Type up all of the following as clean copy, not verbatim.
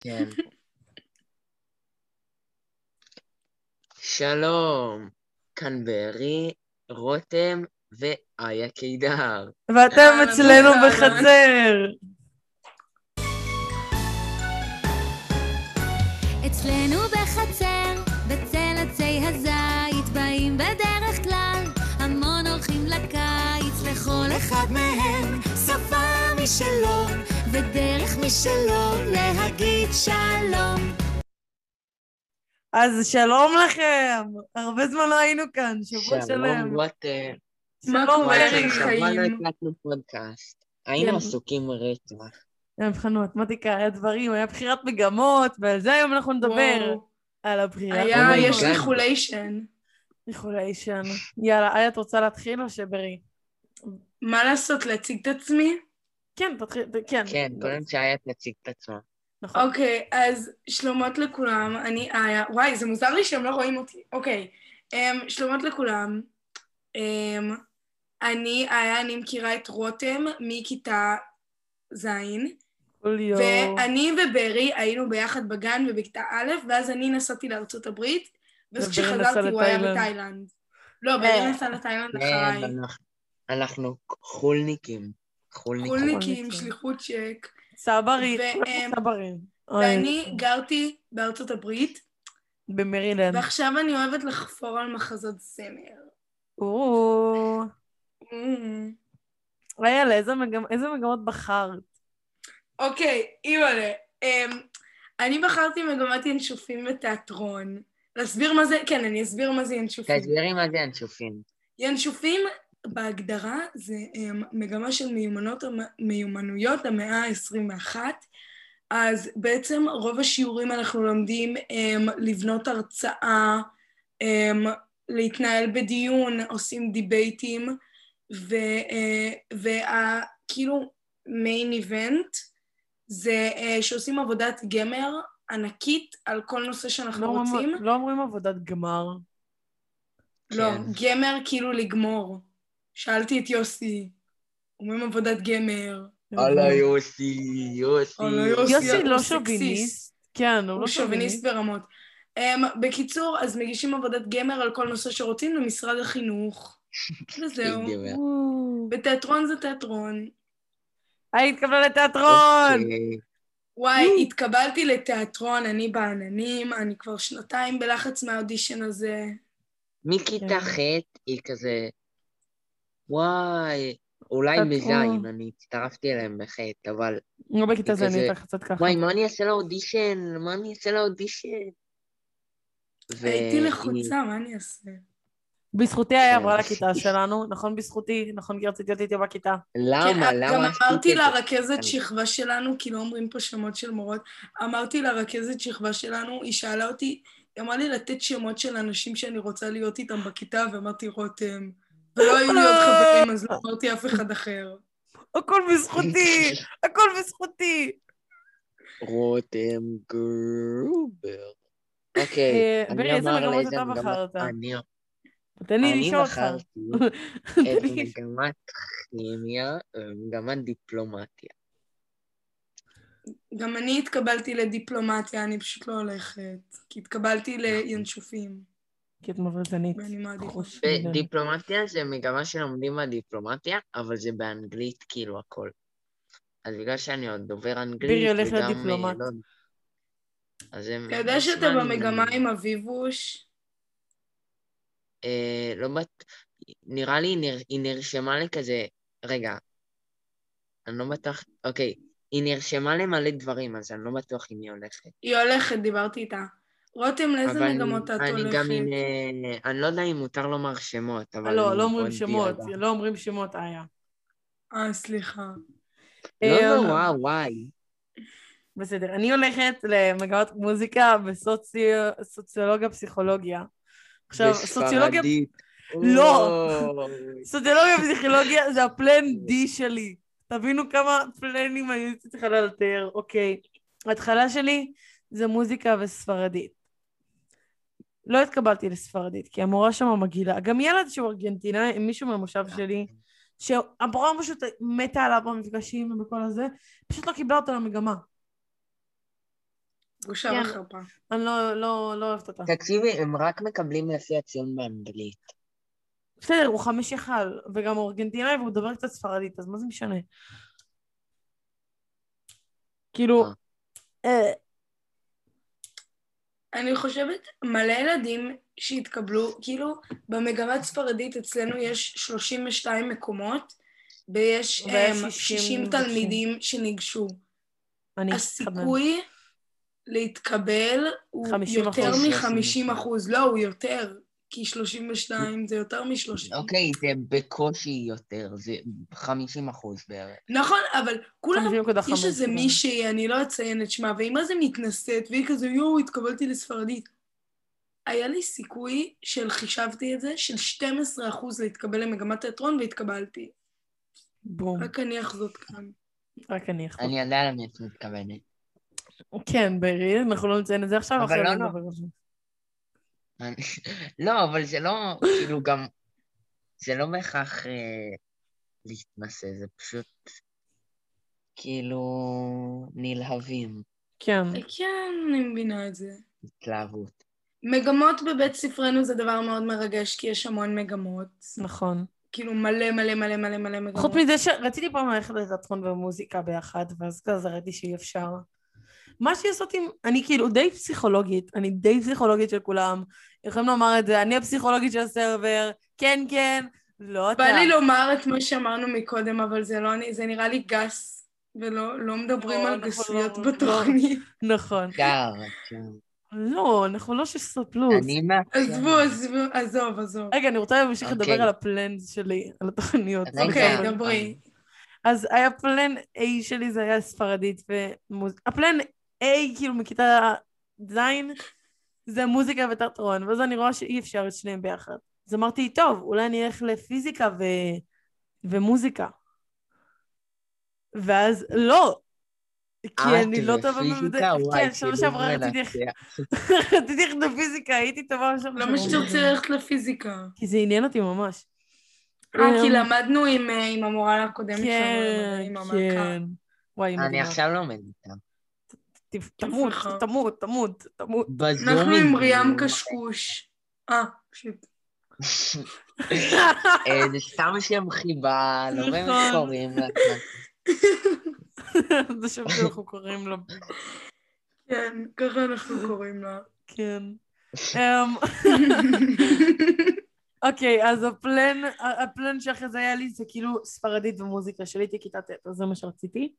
כן. שלום, כאן בארי, רותם ואיה קידר. ואתם אצלנו בחצר. אצלנו בחצר, בצל עצי הזית, באים בדרך כלל, המון הולכים לקיץ, לכל אחד מהם שפה משלו, ודרך משלו להגיד שלום. אז שלום לכם, הרבה זמן לא היינו כאן, שבוע שלם. שלום רותם. שלום קורה? שבוע לא הקלטנו פודקאסט. היינו עסוקים רצח. מבחנו מתמטיקה, היה דברים, היה בחירת מגמות, ועל זה היום אנחנו נדבר. על הבחירת היה, מגמות. יש ריכוליישן. ריכוליישן. יאללה, איה, את רוצה להתחיל או שברי? מה לעשות, להציג את עצמי? כן, תתחיל, כן. כן, קודם שאיה תציג את עצמה. נכון. אוקיי, אז שלומות לכולם, אני איה. וואי, זה מוזר לי שהם לא רואים אותי. אוקיי, שלומות לכולם. אני איה, אני מכירה את רותם מכיתה זין. ואני וברי היינו ביחד בגן ובכיתה א', ואז אני נסעתי לארצות הברית, ואז כשחזרתי הוא היה בתאילנד. לא, ברי נסע לתאילנד אחריי. אנחנו חולניקים. חולניקים, שליחות צ'ק. סברים, סברים. ואני גרתי בארצות הברית. במרילנד. ועכשיו אני אוהבת לחפור על מחזות זמר. איילה, איזה מגמות בחרת? אוקיי, אימא'לה. אני בחרתי מגמת ינשופים בתיאטרון. להסביר מה זה? כן, אני אסביר מה זה ינשופים. תסבירי מה זה ינשופים. ינשופים בהגדרה זה מגמה של מיומנויות המאה ה-21. אז בעצם רוב השיעורים אנחנו לומדים לבנות הרצאה, להתנהל בדיון, עושים דיבייטים, וכאילו מיין איבנט זה שעושים עבודת גמר ענקית על כל נושא שאנחנו רוצים. לא אומרים עבודת גמר. לא, גמר כאילו לגמור. שאלתי את יוסי, אומרים עבודת גמר. הלאה יוסי. יוסי לא שוביניסט. כן, הוא לא שוביניסט ברמות. בקיצור, אז מגישים עבודת גמר על כל נושא שרוצים למשרד החינוך. וזהו. בתיאטרון זה תיאטרון. התקבלה לתיאטרון! וואי, התקבלתי לתיאטרון, אני בעננים, אני כבר 2 בלחץ מהאודישן הזה. מכיתה ח' היא כזה, וואי, אולי בזין, אני הצטרפתי אליהם בח' אבל... לא בכיתה זה, אני איתך קצת ככה. וואי, מה אני אעשה לאודישן? הייתי לחוצה, מה אני אעשה? בזכותי היה עברה לכיתה שלנו, נכון בזכותי, נכון כי רציתי להיות איתי בכיתה. למה? גם אמרתי לרכזת שכבה שלנו, כי לא אומרים פה שמות של מורות, אמרתי לרכזת שכבה שלנו, היא שאלה אותי, היא אמרה לי לתת שמות של אנשים שאני רוצה להיות איתם בכיתה, ואמרתי רותם, ולא היו לי עוד חברים, אז לא אמרתי אף אחד אחר. הכל בזכותי. רותם גרובר. אוקיי, ברי, איזה מגמות אתה בחרת? אני בחרתי את מגמת כימיה ומגמת דיפלומטיה. גם אני התקבלתי לדיפלומטיה, אני פשוט לא הולכת, כי התקבלתי לינשופים. כי את מברזנית. דיפלומטיה זה מגמה שלומדים בדיפלומטיה, אבל זה באנגלית כאילו הכל. אז בגלל שאני עוד דובר אנגלית, בירי הולך לדיפלומט. אתה יודע שאתה במגמה עם אביבוש? לא נראה לי היא נרשמה לי כזה, רגע, אני לא בטוח, אוקיי, היא נרשמה למלא דברים, אז אני לא בטוח אם היא הולכת. היא הולכת, דיברתי איתה. רותם, לאיזה מגמות את הולכת? אני לא יודע אם מותר לומר שמות, אבל... לא אומרים שמות, איה. סליחה. לא נורא, וואי. בסדר, אני הולכת למגמת מוזיקה וסוציולוגיה פסיכולוגיה. עכשיו, סוציולוגיה... לא! סוציולוגיה ופסיכולוגיה זה הפלן D שלי. תבינו כמה פלנים אני צריכה לאלתר. אוקיי. ההתחלה שלי זה מוזיקה וספרדית. לא התקבלתי לספרדית, כי המורה שם מגעילה. גם ילד שהוא ארגנטינאי, מישהו מהמושב שלי, שהמורה פשוט מתה עליו במפגשים ובכל הזה, פשוט לא קיבלה אותה למגמה. בושה כן. וחרפה. אני לא אוהבת אותה. תקשיבי, הם רק מקבלים לפי הציון באנגלית. בסדר, הוא 5 יחל, וגם הוא ארגנטינאי והוא מדבר קצת ספרדית, אז מה זה משנה? כאילו, אני חושבת מלא ילדים שהתקבלו, כאילו במגמת ספרדית אצלנו יש 32 מקומות, ויש 60 תלמידים שניגשו. הסיכוי להתקבל הוא 50%. יותר מ-50%, לא, הוא יותר, כי 32 זה יותר מ-30. אוקיי, זה בקושי יותר, זה 50% בערך. נכון, אבל כולם, 50.5, יש איזה כן. מישהי, אני לא אציין את שמה, והיא מה זה מתנשאת, והיא כזה, יואו, התקבלתי לספרדית. היה לי סיכוי חישבתי את זה, של 12% להתקבל למגמת תיאטרון, והתקבלתי. בום. רק אני אחזות כאן. רק אני אחזות. אני יודע למי את מתכוונת. כן, ברי, אנחנו לא נציין את זה עכשיו, אבל אחרי לא, זה לא. נדבר על זה. לא, אבל זה לא, כאילו גם, זה לא בהכרח להתנסה, זה פשוט כאילו נלהבים, כן. כן, אני מבינה את זה. התלהבות. מגמות בבית ספרנו זה דבר מאוד מרגש, כי יש המון מגמות. נכון. כאילו מלא מלא מלא מלא מלא מגמות. חוץ מזה שרציתי פעם ללכת לתיאטרון ומוזיקה ביחד, ואז כזה ראיתי שאי אפשר. מה שיעשות עם... אני כאילו די פסיכולוגית, אני די פסיכולוגית של כולם. יכולים לומר את זה, אני הפסיכולוגית של הסרבר, כן, כן, לא אתה. בא לי לומר את מה שאמרנו מקודם, אבל זה נראה לי גס, ולא מדברים על גסויות בתוכנית. נכון. לא, אנחנו לא 16 פלוס. אני מה? עזוב. רגע, אני רוצה להמשיך לדבר על הפלנס שלי, על התוכניות. אוקיי, דברי. אז היה פלן A שלי, זה היה ספרדית ומוזיקה. הפלן A, כאילו מכיתה ז', זה מוזיקה ותיאטרון, ואז אני רואה שאי אפשר את שניהם ביחד. אז אמרתי, טוב, אולי אני אלך לפיזיקה ומוזיקה. ואז לא. כי אני לא טובה בפיזיקה, כן, שנה שעברה רציתי ללכת לפיזיקה, הייתי טובה שם. למה שתרצי ללכת לפיזיקה? כי זה עניין אותי ממש. כי למדנו עם המורה הקודמת שלנו, עם המלכה. כן. וואי, אני עכשיו לומד איתם. תמות. אנחנו עם ריאם קשקוש. פשוט. זה סתם שם חיבה, לא באמת קוראים לה. זה שם שאנחנו קוראים לה. כן, ככה אנחנו קוראים לה. כן. אוקיי, אז הפלן שאחרי זה היה לי זה כאילו ספרדית ומוזיקה שלי, הייתי כיתה ט', אז זה מה שרציתי.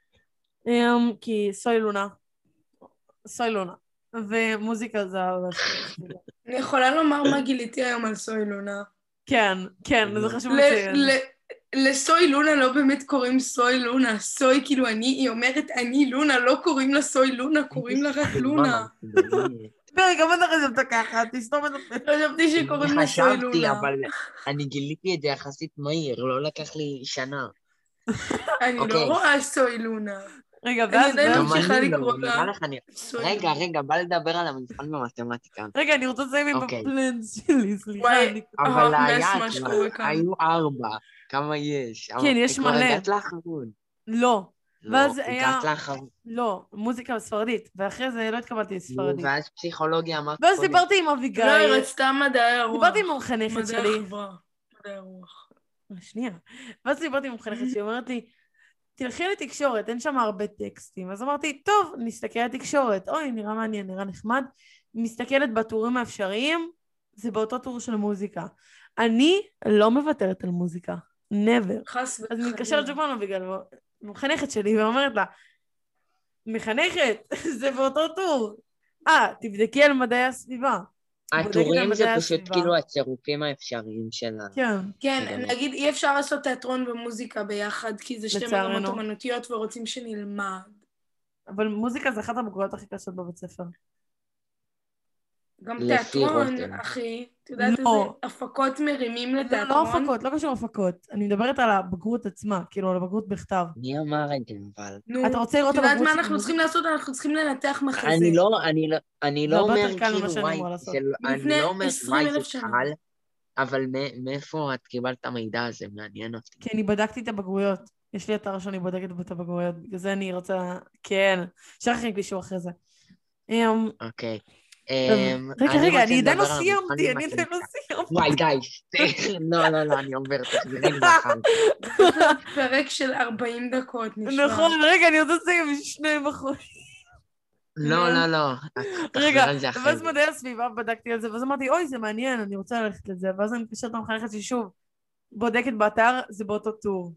כי סוי לונה, ומוזיקה זה... אני יכולה לומר מה גיליתי היום על סוי לונה. כן, זה חשוב לציין. לסוי לונה לא באמת קוראים סוי לונה, סוי כאילו היא אומרת אני לונה, לא קוראים לה סוי לונה, קוראים לה רק לונה. גם אתה חשבת ככה, תסתום את הפה. חשבתי שקוראים לה סוי לונה. חשבתי, אבל אני גיליתי את זה יחסית מהיר, לא לקח לי שנה. אני לא רואה סוי לונה. רגע, ואז... אני עדיין ממשיכה לקרוא לה. רגע, בא לדבר על המבחן במתמטיקה. רגע, אני רוצה לסיים עם הפלנס שלי, סליחה. אבל היו 4, כמה יש? כן, יש מלא. הגעת לאחרון. לא. ואז היה... הגעת לאחרון. לא, מוזיקה ספרדית, ואחרי זה לא התקבלתי לספרדית. ואז פסיכולוגיה אמרת... ואז דיברתי עם אביגיל. לא, היא רצתה מדעי הרוח. דיברתי עם המחנכת שלי. מדעי הרוח. שנייה. ואז דיברתי עם המחנכת שלי, אומרת לי, תלכי לתקשורת, אין שם הרבה טקסטים. אז אמרתי, טוב, נסתכל על תקשורת. אוי, נראה מעניין, נראה נחמד. מסתכלת בטורים האפשריים, זה באותו טור של מוזיקה. אני לא מוותרת על מוזיקה. never. חס וחלילה. אז אני מתקשרת שוב פעם בגלל המחנכת שלי, ואומרת לה, מחנכת, זה באותו טור. תבדקי על מדעי הסביבה. הטורים זה פשוט כאילו הצירופים האפשריים שלנו. כן, נגיד אי אפשר לעשות תיאטרון ומוזיקה ביחד, כי זה שתי מגמות אומנותיות ורוצים שנלמד. אבל מוזיקה זה אחת הבגרויות הכי קשות בבית ספר. גם תיאטרון, אחי. את יודעת איזה הפקות מרימים לתיאטרון? לא הפקות, לא קשור הפקות. אני מדברת על הבגרות עצמה, כאילו על הבגרות בכתב. מי אמר את זה, אבל... אתה רוצה לראות את הבגרות? את יודעת מה אנחנו צריכים לעשות? אנחנו צריכים לנתח מחזה. אני לא אומר כאילו וואי, לפני 20,000 שנה. אבל מאיפה את קיבלת את המידע הזה? מעניין אותי. כי אני בדקתי את הבגרויות. יש לי אתר שאני בודקת את הבגרויות. בגלל זה אני רוצה... כן. אפשר לכם קישור אחרי זה. אוקיי. רגע, אני עדיין לא רוצה לדבר על סיימתי, המבחן במתמטיקה. וואי, די. לא, אני עובר, תחזרי לי מחר. זה פרק של 40 דקות, נשמע. נכון, רגע, אני רוצה לסיים 2%. לא. רגע, תחזרי על זה אחרי ואז זה. מדעי הסביבה בדקתי על זה, ואז אמרתי, אוי, זה מעניין, אני רוצה ללכת לזה, ואז אני מתקשרת למחנכת שלי שוב, בודקת באתר, זה באותו טור.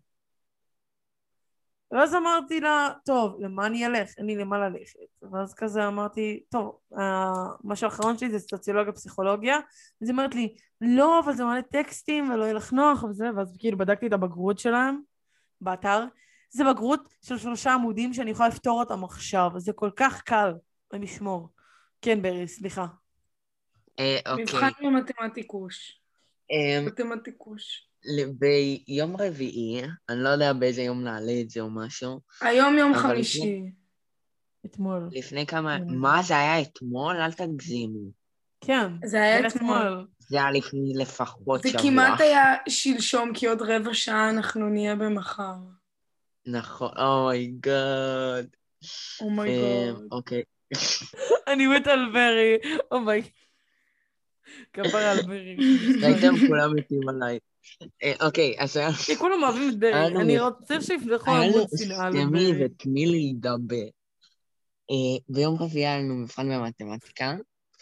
ואז אמרתי לה, טוב, למה אני אלך? אין לי למה ללכת. ואז כזה אמרתי, טוב, משהו האחרון שלי זה סוציולוגיה, פסיכולוגיה. אז היא אומרת לי, לא, אבל זה מלא טקסטים ולא יהיה לך נוח וזה, ואז כאילו בדקתי את הבגרות שלהם באתר. זה בגרות של 3 עמודים שאני יכולה לפתור אותם עכשיו, זה כל כך קל למשמור. כן, ברי, סליחה. אוקיי. מבחן במתמטיקוש. מתמטיקוש. ביום רביעי, אני לא יודע באיזה יום נעלה את זה או משהו. היום יום אבל חמישי. אתמול. לפני כמה... מה, זה היה אתמול? אל תגזימו. כן. זה היה אתמול. זה היה לפני לפחות זה שבוע. כמעט היה שלשום, כי עוד רבע שעה אנחנו נהיה במחר. נכון, אומייגאד. אומייגאד. אוקיי. אני מת על ברי, אומי. כפר על ברי. ראיתם כולם מתים עליי. אוקיי, אז היה... כולם אוהבים את ברי, אני רוצה שיפתחו עמוד שנאה היה לנו סתמי לברי. ותמי לי לדבר. ביום רביעי היה לנו מבחן במתמטיקה,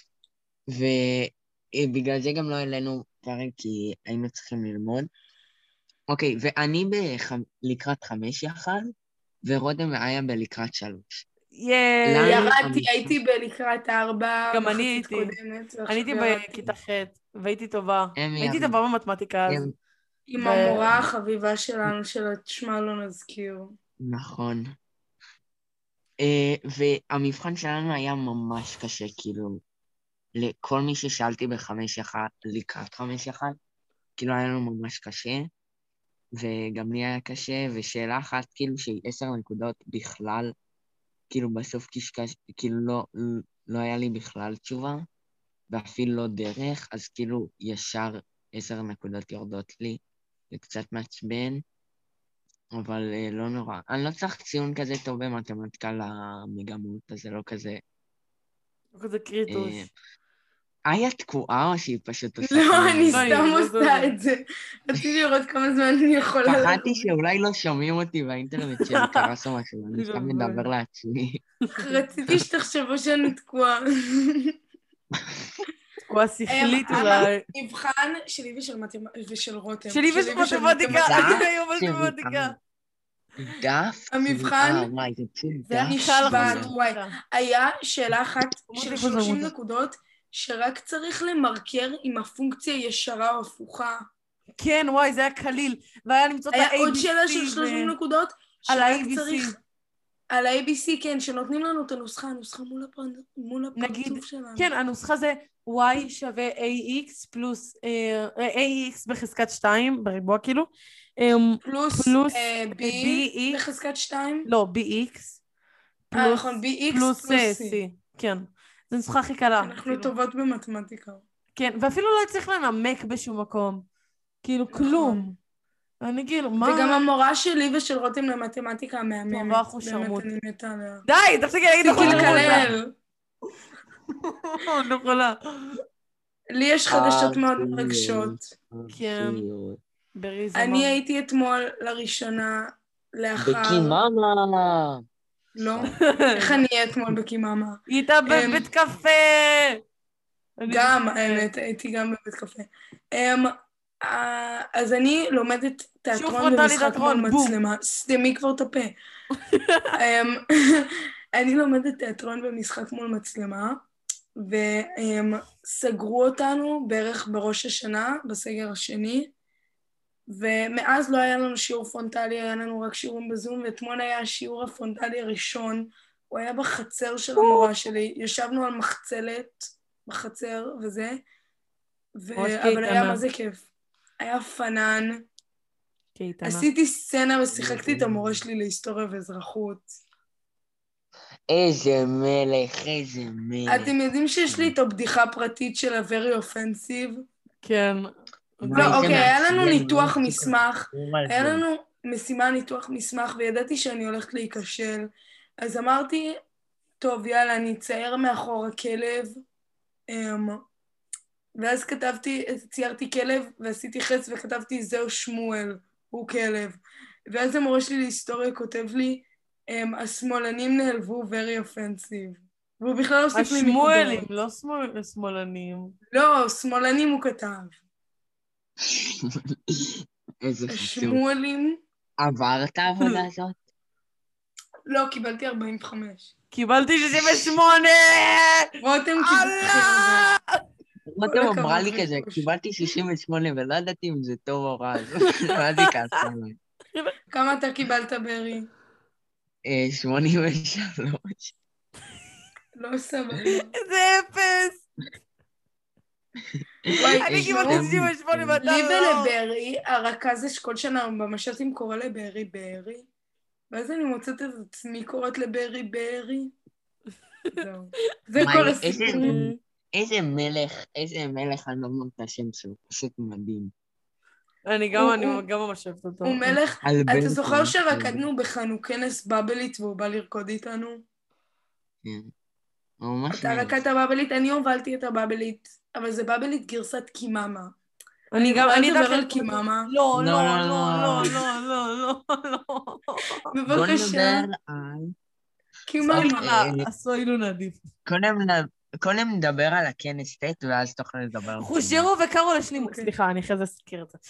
ובגלל זה גם לא העלינו פרק כי היינו צריכים ללמוד. אוקיי, ואני לקראת 5 יחד, ורותם היה בלקראת 3. ירדתי, הייתי בלקראת 4. גם אני הייתי. אני הייתי בכיתה ח' והייתי טובה. הייתי טובה במתמטיקה אז. עם המורה החביבה שלנו, שמה לא נזכיר. נכון. והמבחן שלנו היה ממש קשה, כאילו, לכל מי ששאלתי לקראת 5 כאילו היה לנו ממש קשה, וגם לי היה קשה, ושאלה אחת, כאילו, שהיא 10 נקודות בכלל, כאילו בסוף קשקש, כאילו לא היה לי בכלל תשובה, ואפילו לא דרך, אז כאילו ישר 10 נקודות יורדות לי, זה קצת מעצבן, אבל לא נורא. אני לא צריך ציון כזה טוב במתמטיקה למגמות, אז זה לא כזה... לא כזה קריטוש. היה תקועה או שהיא פשוט עושה... לא, אני סתם עושה את זה. רציתי לראות כמה זמן אני יכולה... פחדתי שאולי לא שומעים אותי באינטרנט שלי קרס או משהו, אני סתם מדבר לעצמי. רציתי שתחשבו שאני תקועה. תקועה שכלית אולי. מבחן שלי ושל רותם. שלי ושל מתמטיקה, אני היום מתמטיקה. דף? המבחן, זה נשבעת, וואי. היה שאלה אחת של 30 נקודות, שרק צריך למרקר אם הפונקציה ישרה או הפוכה. כן, וואי, זה היה קליל. והיה למצוא את ה-ABC. היה עוד שאלה של 30 נקודות, שרק צריך... על ה-ABC, כן, שנותנים לנו את הנוסחה מול הפרצוף שלנו. כן, הנוסחה זה y שווה ax פלוס, ax בחזקת 2, בריבוע כאילו, פלוס b בחזקת 2? לא, bx. נכון, bx פלוס c. כן, זו נוסחה הכי קלה. אנחנו טובות במתמטיקה. כן, ואפילו לא צריך לנמק בשום מקום. כאילו, כלום. אני כאילו, מה? וגם המורה שלי ושל רותם למתמטיקה המהממת. טובה חושרמות. באמת אני מתה עליה. די, תפסיקי להגיד את לקלל. נכונה. לי יש חדשות מאוד מרגשות. כן. אני הייתי אתמול לראשונה לאחר... בקיממה. לא? איך אני אהיה אתמול בקיממה? היא הייתה בבית קפה. גם, האמת, הייתי גם בבית קפה. אז אני לומדת תיאטרון במשחק מול מצלמה. סתמי כבר את הפה. אני לומדת תיאטרון במשחק מול מצלמה, וסגרו אותנו בערך בראש השנה, בסגר השני, ומאז לא היה לנו שיעור פרונטלי, היה לנו רק שיעורים בזום, ואתמול היה השיעור הפרונטלי הראשון, הוא היה בחצר של המורה שלי, ישבנו על מחצלת בחצר וזה, אבל היה מה זה כיף. היה פנן, עשיתי סצנה ושיחקתי את המורה שלי להיסטוריה ואזרחות. איזה מלך, איזה מלך. אתם יודעים שיש לי את הבדיחה פרטית של ה-very offensive? כן. לא, אוקיי, היה לנו ניתוח מסמך, היה לנו משימה ניתוח מסמך, וידעתי שאני הולכת להיכשל, אז אמרתי, טוב, יאללה, אני אצייר מאחור הכלב. ואז ציירתי כלב, ועשיתי חץ וכתבתי, זהו שמואל, הוא כלב. ואז המורה שלי להיסטוריה כותב לי, השמאלנים נעלבו very offensive. והוא בכלל הוסיף לי נקודות. השמואלים, לא שמאלנים. לא, שמאלנים הוא כתב. איזה חשוב. השמואלים... עברת העבודה הזאת? לא, קיבלתי 45. קיבלתי 68! רותם רותם אמרה לי כזה, קיבלתי 68 ולא ידעתי אם זה טוב או רע, ואז היא כעסה עליי. כמה אתה קיבלת ברי? 83. לא סבבה. זה 0! אני קיבלתי 68 ואתה לא. לי ולברי, הרכז אשכול שלנו במש"טים קורא לברי ברי, ואז אני מוצאת את עצמי קוראת לברי ברי. זהו. זה כל הסיפור. איזה מלך, אני לא אומר את השם שלו, פשוט מדהים. אני גם ממש אוהבת אותו. הוא מלך, אתה זוכר שרקדנו בחנוכנס בבלית והוא בא לרקוד איתנו? כן. ממש אתה רקדת בבלית, אני הובלתי את הבבלית, אבל זה בבלית גרסת קיממה. אני אדבר על קיממה. לא. בבקשה. קיממה. עשוי נדיף. קודם נדבר על הכנס ט' ואז תוכל לדבר. חושרו וקארו לשלימו. סליחה, אני אחרי זה אזכיר את זה.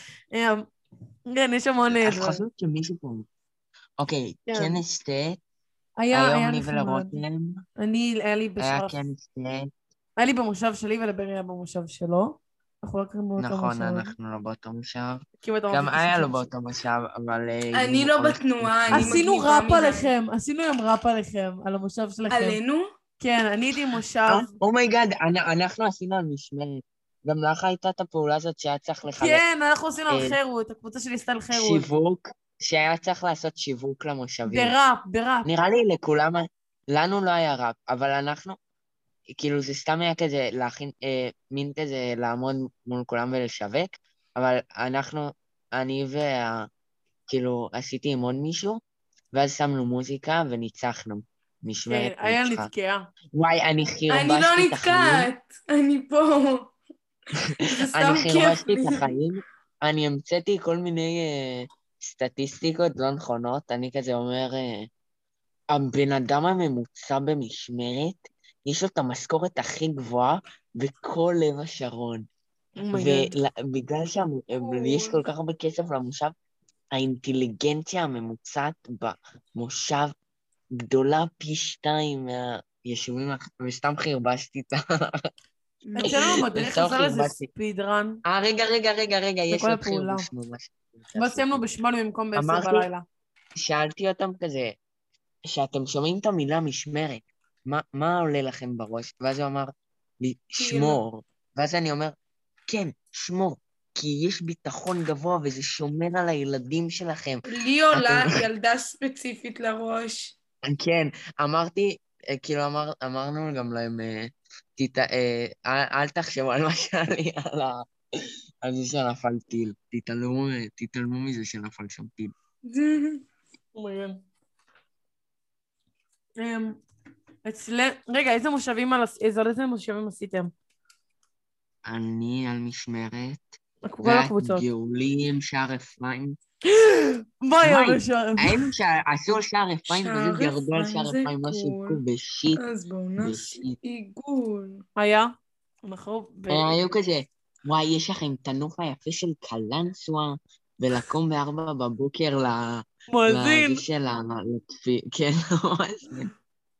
כן, יש המון אז חושבת שמישהו פה. אוקיי, כנס ט'. היום לי ולרותם. היה לי היה כנס ט'. היה לי במושב שלי ולברי היה במושב שלו. אנחנו לא קוראים באותו מושב. נכון, אנחנו לא באותו מושב. גם היה לו באותו מושב, אבל... אני לא בתנועה, אני מגניבה עשינו ראפ עליכם, עשינו היום ראפ עליכם, על המושב שלכם. עלינו? כן, אני הייתי מושב. אומייגאד, אנחנו עשינו על משמרת. גם לך הייתה את הפעולה הזאת שהיה צריך לחלק. כן, אנחנו עשינו על חירות, הקבוצה שלי עשתה על חירות. שיווק, שהיה צריך לעשות שיווק למושבים. בראפ. נראה לי לכולם, לנו לא היה ראפ, אבל אנחנו, כאילו זה סתם היה כזה להכין, מין כזה לעמוד מול כולם ולשווק, אבל אני כאילו עשיתי עם עוד מישהו, ואז שמנו מוזיקה וניצחנו. משמרת כן, היה נתקעה. וואי, אני חרבשתי את החיים. אני לא נתקעת, אני פה. אני חרבשתי את החיים, אני המצאתי כל מיני סטטיסטיקות לא נכונות, אני כזה אומר, הבן אדם הממוצע במשמרת, יש לו את המשכורת הכי גבוהה בכל לב השרון. ובגלל שיש כל כך הרבה כסף למושב, האינטליגנציה הממוצעת במושב גדולה פי 2 מהיישובים, וסתם חרבשתי את ה... אצלנו מדריך עזר לזה ספידרן. רגע, יש עוד חרבוש ממש. מה סיימנו ב8 במקום ב10 בלילה? שאלתי אותם כזה, שאתם שומעים את המילה משמרת, מה עולה לכם בראש? ואז הוא אמר לי, שמור. ואז אני אומר, כן, שמור, כי יש ביטחון גבוה וזה שומר על הילדים שלכם. לי עולה ילדה ספציפית לראש. כן, אמרתי, כאילו אמרנו גם להם, אל תחשבו על מה שעלי על זה שנפל טיל. תתעלמו מזה שנפל שם טיל. רגע, איזה מושבים עשיתם? אני על משמרת. כל הקבוצות. והגאולים, שער אפרים. מה היה בשער אפרים? היינו שעשו על שער אפרים, וזה ירדו על שער אפרים, לא שיפקו בשיט. אז בואו נעשה עיגול. היה? היו כזה, וואי, יש לכם את הנוף היפה של קלנסווה, ולקום ב4 בבוקר מואזין. כן, מואזין.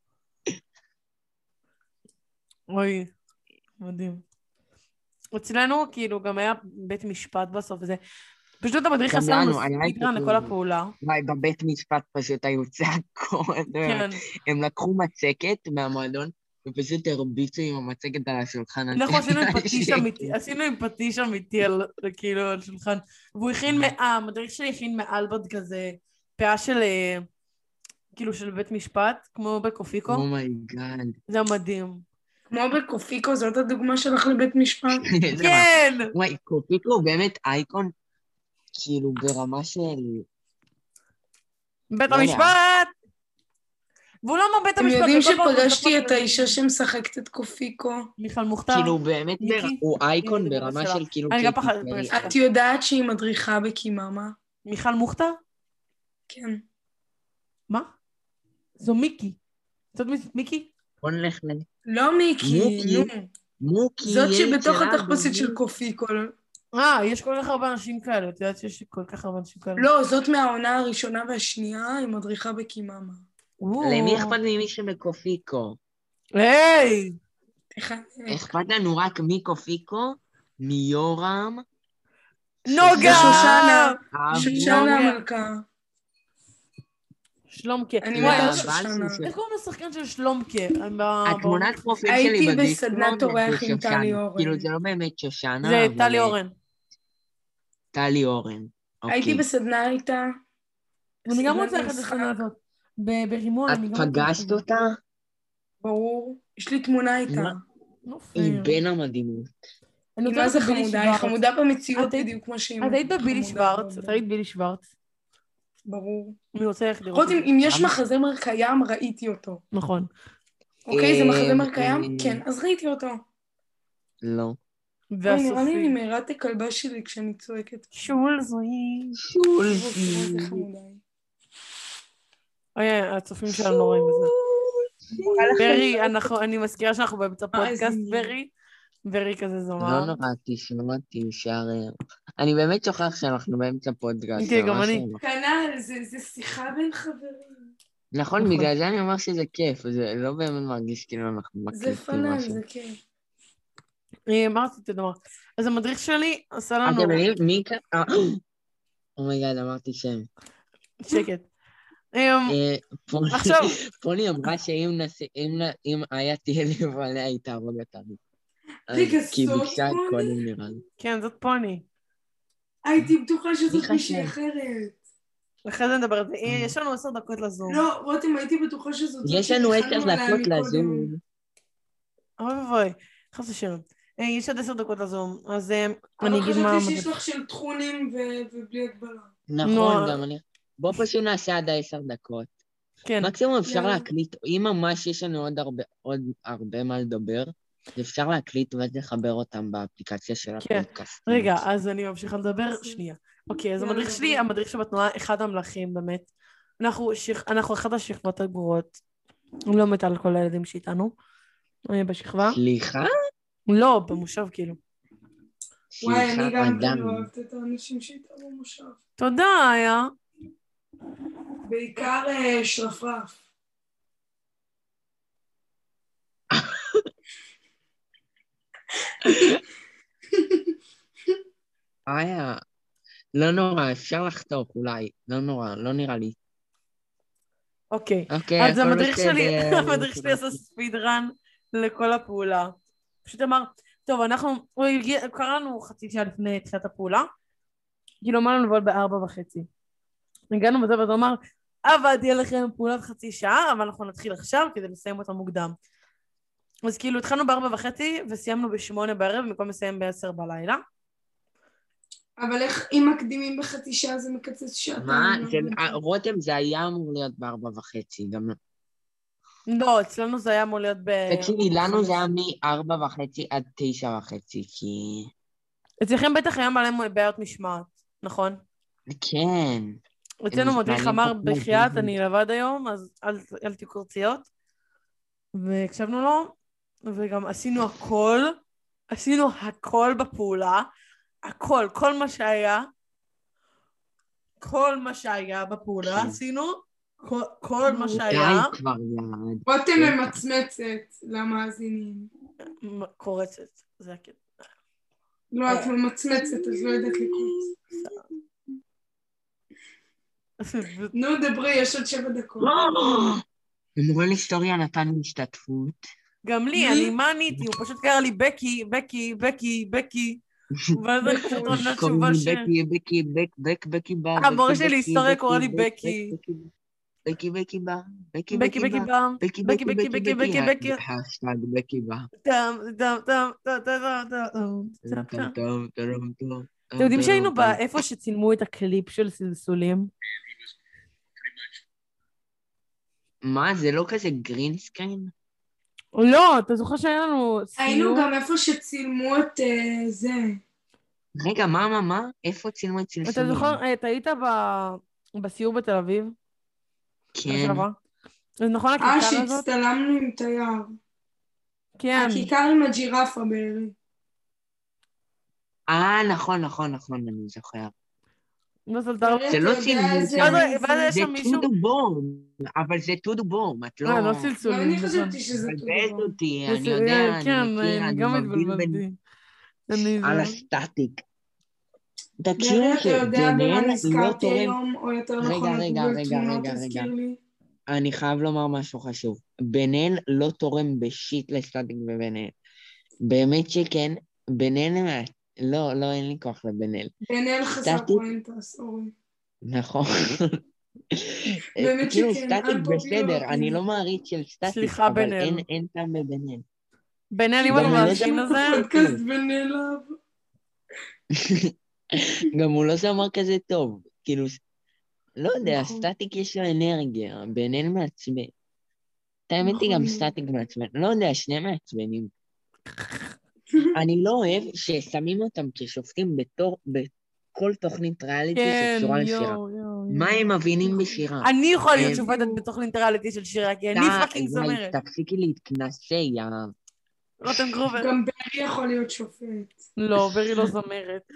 אוי, מדהים. אצלנו כאילו גם היה בית משפט בסוף, וזה פשוט המדריך עשה לנו ספידרן לכל הפעולה. וואי, בבית משפט פשוט היו צעקות. הם לקחו מצקת מהמועדון, ופשוט הרביצו עם המצקת על השולחן. אנחנו עשינו עם פטיש אמיתי כאילו על שולחן, והוא הכין המדריך שלי הכין מאלבד כזה, פאה של כאילו של בית משפט, כמו בקופיקו. אומייגאד. זה מדהים. כמו בקופיקו, זאת הדוגמה שלך לבית משפט? כן! וואי, קופיקו הוא באמת אייקון, כאילו ברמה של... בית המשפט! והוא לא אמר בית אתם המשפט. יודעים וכל פעם שפגשתי הוא את האישה שמשחקת את קופיקו? מיכל מוכתר. כאילו, באמת, מיקי? הוא אייקון היא ברמה שלה. של כאילו אני גם קייטי פחדת, פרי. פגשתי. את יודעת שהיא מדריכה בקיממה? מיכל מוכתר? כן. מה? זו מיקי. זאת מיקי? בוא נלך לא מיקי, מוקי. נו. מוקי, זאת ילד שבתוך של התחפושת אבא, של קופיקו. יש כל כך הרבה אנשים כאלה. את יודעת שיש כל כך הרבה אנשים כאלה. לא, זאת מהעונה הראשונה והשנייה, היא מדריכה בקיממה. למי אכפת ממי שבקופיקו? היי! אכפת לנו רק מקופיקו, מיורם, נוגה! שושנה. אבו, שושנה המלכה. שלומקה. אני וואי, מתה על והבעל שושנה. של- איך קוראים לשחקן של שלומקה? התמונת פרופיל הייתי שלי בסדנת בדיסקורד אורח זה עם שושנה. טלי אורן. כאילו זה לא באמת שושנה, זה אבל טלי אורן. טלי אורן. הייתי אוקיי. בסדנה איתה. אני גם סדנת רוצה ללכת משחק. לסדנה הזאת. ברימון, את אני גם רוצה פגשת ללכת. אותה? ברור. יש לי תמונה איתה. מה? לא היא פייר. בין המדהימות. אני היא רוצה מה זה ללכת לבילי חמודה? היא שוורץ. חמודה במציאות את היית- בדיוק כמו שהיא את היית בבילי חמודה שוורץ? בו. את היית בילי שוורץ? ברור. אני רוצה ללכת לראות לפחות את זה. אם יש למה? מחזמר קיים, ראיתי אותו. נכון. אוקיי, זה מחזמר אה, קיים? כן, אז ראיתי אותו. לא. אוי, נראה לי והסופי. אני מעירה את הכלבה שלי כשאני צועקת. שול זוהי. תראו איזה חמודה היא. אוי, הצופים שלנו לא רואים את זה. ברי, אני מזכירה שאנחנו באמצע פודקאסט, ברי. ברי כזה לא זומר. נורא, תשמעו אותי, שער. אני באמת שוכח שאנחנו באמצע פודקאסט. כן, זה גם ממש אני. לא. כנ"ל, זה שיחה בין חברים. נכון, נכון. בגלל זה אני אומר שזה כיף, זה לא באמת מרגיש כאילו אנחנו זה מקליטים פנן, משהו. זה כיף. מה רציתי לומר? אז המדריך שלי עשה לנו... אתם יודעים מי כאן? אומייגד, אמרתי שם. שקט. עכשיו. פוני אמרה שאם היה תהיה לבעליה, היא תהרוג אותנו. רגע, כי היא זאת ביקשה פוני? קודם נראה לי. כן, זאת פוני. הייתי בטוחה שזאת סליחה, מישהי כן. אחרת. אחרי זה נדבר על זה. יש לנו 10 דקות לזום. לא, רותם, הייתי בטוחה שזאת זאת יש לנו 10 שהתחלנו עליה דקות מקודם. לזום. אוי ואבוי, חס ושלום. יש עוד 10 דקות לזום, אז אני אגיד מה... אבל חשבתי שיש לך של טחונים ובלי הגבלה. נכון, נו, גם אני... בוא פשוט נעשה עד 10 דקות. כן. מקסימום אפשר יאללה. להקליט, אם ממש יש לנו עוד הרבה מה לדבר, אפשר להקליט ואז לחבר אותם באפליקציה של כן. הפודקאסט. רגע, אז אני ממשיכה לדבר. שנייה. אוקיי, אז יאללה, המדריך שלי, דבר. המדריך שבתנועה, אחד המלכים באמת. אנחנו אחת השכבות הגרועות. אני לא מתה על כל הילדים שאיתנו. בשכבה. סליחה? לא, במושב כאילו. וואי, אני גם אדם. כן לא אוהבת את האנשים שאיתם במושב. תודה, היה. בעיקר שרפרף. לא נורא, אפשר לחתוך אולי. לא נורא, לא נראה לי. אוקיי. אוקיי, אז הכל המדריך שלי, בסדר. המדריך שלי עשה ספיד רן לכל הפעולה. פשוט אמר, טוב, הוא קרא לנו חצי שעה לפני תחילת הפעולה, כאילו אמר לנו לבוא ב4:30. הגענו בזה ואתה אמר, עבדתי עליכם פעולת חצי שעה, אבל אנחנו נתחיל עכשיו כדי לסיים אותה מוקדם. אז כאילו התחלנו ב4:30 וסיימנו ב8 בערב, במקום לסיים ב10 בלילה. אבל איך אם מקדימים בחצי שעה זה מקצץ שעתיים? מה? לא רותם, זה היה אמור להיות ב4:30, גם לא. לא, אצלנו זה היה אמור להיות תקשיבי, לנו זה היה מ4:30 עד 9:30, כי... אצלכם בטח היה מלא בעיות משמעת, נכון? כן. אצלנו מדריך מתנהלים אמר פה כמו בחייאת, ביבי. אני לבד היום, אז אל תהיו קרציות. והקשבנו לו, וגם עשינו הכל בפעולה, הכל, כל מה שהיה בפעולה עשינו, כל מה שהיה. די כבר ירד. רותם ממצמצת למאזינים. קורצת, זה הקטע. לא, את ממצמצת, אז לא יודעת לקרוץ. נו, דברי, יש עוד 7 דקות. המורה להיסטוריה נתן לי השתתפות. גם לי, אני מאניתי, הוא פשוט קרא לי בקי. ואז אני פשוט עונה תשובה ש... בקי בר. המורה שלי היסטוריה קורא לי בקי. בקי בר. בקי בר. בקי. השטג בקי בר. אתם יודעים שהיינו באיפה שצילמו את הקליפ של סלסולים? מה, זה לא כזה גרינסקרין? לא, אתה זוכר שהיה לנו היינו סיור? גם איפה שצילמו את זה. רגע, מה? איפה צילמו את אתה צלסולים? זוכר, אתה היית בסיור בתל אביב? כן. שעבר? אז נכון הכיכר הזאת? שהצטלמנו עם תייר. כן. הכיכר עם הג'ירפה בערי. נכון, אני זוכר. לא סולטר. זה לא צילמו שם, ואז היה זה שם מישהו... טודו בום, אבל זה טודו בום, את לא... לא גם צלצולים. אני נכון. חשבתי שזה מבלבלת טודו. אותי, אני יודע, כן, אני מכיר, אני אני גם מבדיל בין... התבלבלתי. על הסטטיק. ברי, תקשיבו אתה יודע במה שבן לא נזכרתי תורם... היום, או יותר נכון, הגוגל תמונות הזכיר לי? אני חייב לומר משהו חשוב. בן-אל לא תורם בשיט לסטטיק ובן-אל. באמת שכן, בן-אל... לא, אין לי כוח לבן-אל. בן-אל חסר פואנטה, סורי. נכון. באמת כאילו, שכן, סטטיק אל תוביל בסדר, אותי. אני לא מעריץ של סטטיק, סליחה, אבל בן-אל. אין טעם בבן-אל. בן-אל, אם גם אתה הוא לא מאזין זמר לזה, פודקאסט בן-אליו. גם הוא לא זמר כזה טוב. כאילו, לא יודע, נכון. סטטיק יש לו אנרגיה, בן-אל מעצבן. את האמת היא גם נכון. סטטיק מעצבן. לא יודע, שניהם מעצבנים. אני לא אוהב ששמים אותם כשופטים בכל תוכנית ריאליטי כן, שקשורה לשירה. מה הם מבינים בשירה? אני יכולה להיות הם- שופטת בתוכנית ריאליטי של שירה, כי אני פאקינג זמרת. תפסיקי להתכנסי, רותם גרובר. גם ברי יכול להיות שופט. לא, ברי לא זמרת.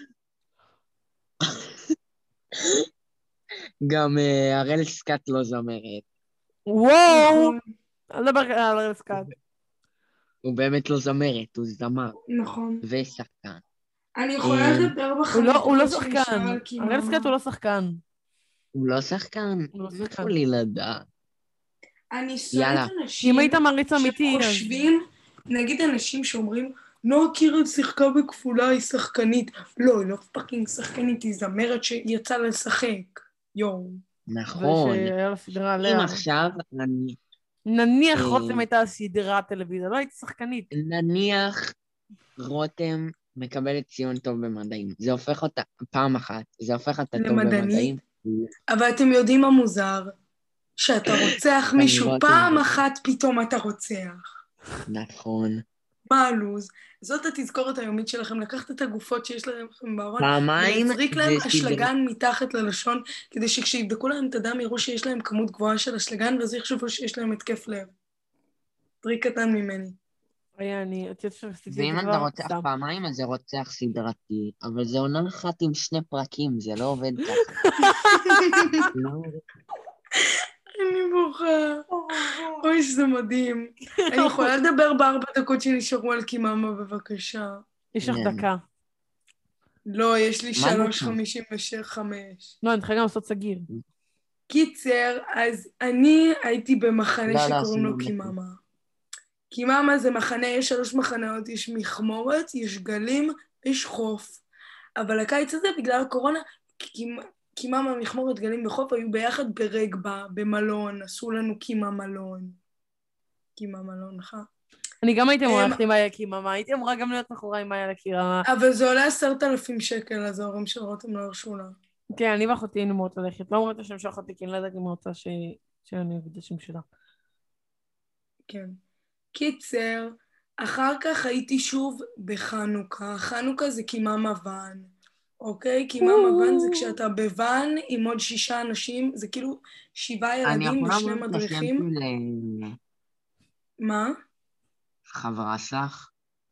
גם הראל סקאט לא זמרת. וואו! נכון, אני מדבר על הרסקאט. הוא באמת לא זמרת, הוא זמר נכון. ושחקן. אני יכולה לדבר בחמש הוא לא דקות שנשאר שחקן. על קיממה. הרסקאט הוא לא שחקן. הוא לא שחקן? הוא לא איפה שחקן. לי לדעת? אני שונאת יאללה. כי אנשים אם היית מעריץ אמיתי, אז... שחושבים, נגיד אנשים שאומרים, נועה קירל שיחקה בכפולה, היא שחקנית. לא, היא לא פאקינג שחקנית, היא זמרת שיצאה לשחק. יואו. נכון. ושהיה לה סדרה אם עליה. עכשיו אני... נניח רותם הייתה סדרת טלוויזיה, לא הייתי שחקנית. נניח רותם מקבלת ציון טוב במדעים. זה הופך אותה, פעם אחת, זה הופך אותה טוב למדענית? במדעים. אבל אתם יודעים מה מוזר? שאתה רוצח מישהו, רותם פעם זה- אחת פתאום אתה רוצח. נכון. מה הלו"ז? זאת התזכורת היומית שלכם, לקחת את הגופות שיש לכם בארון, פעמיים ולהזריק זה להם סדרה. אשלגן מתחת ללשון, כדי שכשיבדקו להם את הדם יראו שיש להם כמות גבוהה של אשלגן, ואז יחשבו שיש להם התקף לב. טריק קטן ממני. אני יודעת שעשיתי את ואם זה אתה כבר, רוצח סתם. פעמיים, אז זה רוצח סדרתי. אבל זה עונה אחת עם 2 פרקים, זה לא עובד ככה. לא עובד. אני בוכה. אוי, שזה מדהים. אני יכולה לדבר ב4 דקות שנשארו על קיממה, בבקשה. יש לך כן. דקה. לא, יש לי מה דקה? 3:55. לא, אני צריכה גם לעשות סגיר. קיצר, אז אני הייתי במחנה לא, שקוראים לו עשינו קיממה. קיממה זה מחנה, יש 3 מחנות, יש מכמורת, יש גלים, יש חוף. אבל הקיץ הזה, בגלל הקורונה, קיממה, מכמורת, גלים וחוף היו ביחד ברגבה, במלון, עשו לנו קימה מלון. קימה מלון, אני גם הייתי אמורה ללכת עם מאיה קיממה, הייתי אמורה גם להיות מאחורי עם מאיה לקירה. אבל זה עולה 10,000 שקל, אז ההורים של רותם לא הרשו לה. כן, אני ואחותי היינו אמורות ללכת. לא אומרת את השם של אחותי, כי אני לא יודעת אם היא רוצה שאני אגיד את השם שלה. כן. קיצר, אחר כך הייתי שוב בחנוכה. חנוכה זה קיממה ואן. אוקיי? קיממה ואן זה כשאתה בוואן עם עוד 6 אנשים, זה כאילו 7 אני ילדים יכולה ו2 לומר את השם מדריכים. של מה? חברה שלך?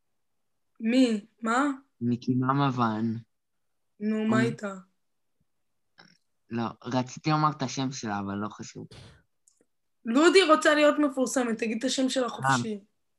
מי? מה? מקיממה ואן. נו, מה איתה? לא, רציתי לומר את השם שלה, אבל לא חשוב. לודי רוצה להיות מפורסמת, תגיד את השם שלה חופשי.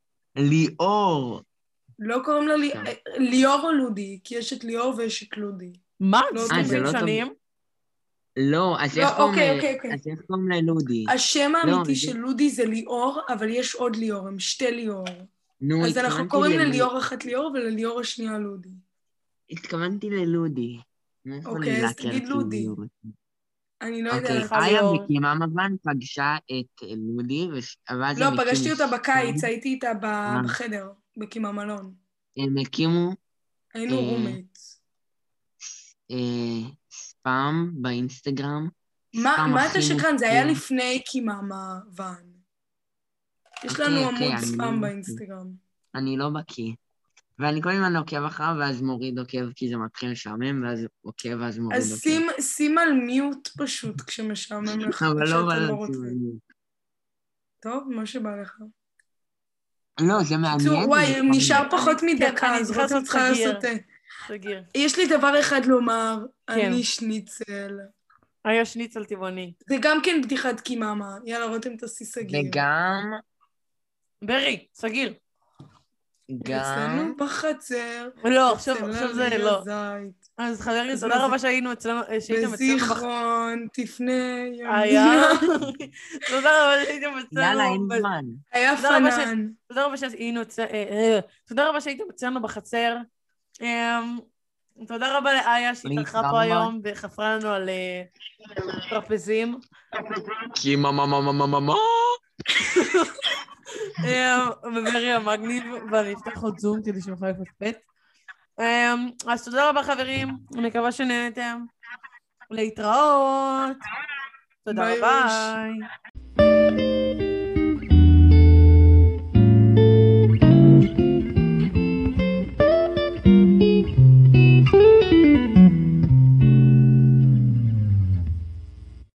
ליאור. לא קוראים לה ליאור או לודי, כי יש את ליאור ויש את לודי. מה? לא, זה זה לא טוב. שנים? לא, אז לא, איך קוראים אוקיי. אז איך קוראים ללודי? השם לא, האמיתי זה- של לודי זה ליאור, אבל יש עוד ליאור, הם 2 ליאור. נו, אז אנחנו התכוונתי קוראים לליאור אחת ליאור ולליאור השנייה לודי. התכוונתי ללודי. מאיפה אוקיי, לי אז להכיר תגיד את לודי. ליאור? אני לא אוקיי, יודעת. לך איה ליאור. בקיממה ואן פגשה את לודי, ואז לא, הם הקימו פגשתי אותה ספאם. בקיץ, הייתי איתה בחדר, בקימה מלון. הם הקימו היינו רומייטס. ספאם באינסטגרם, מה אתה שקרן? זה היה לפני קיממה ואן. יש לנו עמוד ספאם באינסטגרם. אני לא בקיא. ואני כל הזמן עוקב אחריו, ואז מוריד עוקב, כי זה מתחיל לשעמם, ואז עוקב, ואז מוריד עוקב. אז שים על מיוט פשוט, כשמשעמם לך, אבל לא כשאתה לא רוצה. טוב, מה שבא לך. לא, זה מעניין. וואי, נשאר פחות מדקה, אז רותם צריכה לעשות... סגיר. יש לי דבר אחד לומר, אני שניצל. היה שניצל טבעוני. זה גם כן בדיחת קיממה. יאללה, רותם תעשי סגיר. וגם... ברי, סגיר. גם... אצלנו בחצר. לא, עכשיו זה לא. אז חברים, תודה רבה שהייתם אצלנו. בזיכרון, תפנה היה. תודה רבה שהייתם אצלנו. יאללה, אין זמן. היה פנן. תודה רבה שהייתם אצלנו בחצר. תודה רבה לאיה שהתארחה פה היום וחפרה לנו על טרפזים. כי מה. וברי המגניב, ואני אפתח עוד זום כדי שנוכל לפטפט. אז תודה רבה חברים, אני מקווה שנהנתם. להתראות. תודה רבה.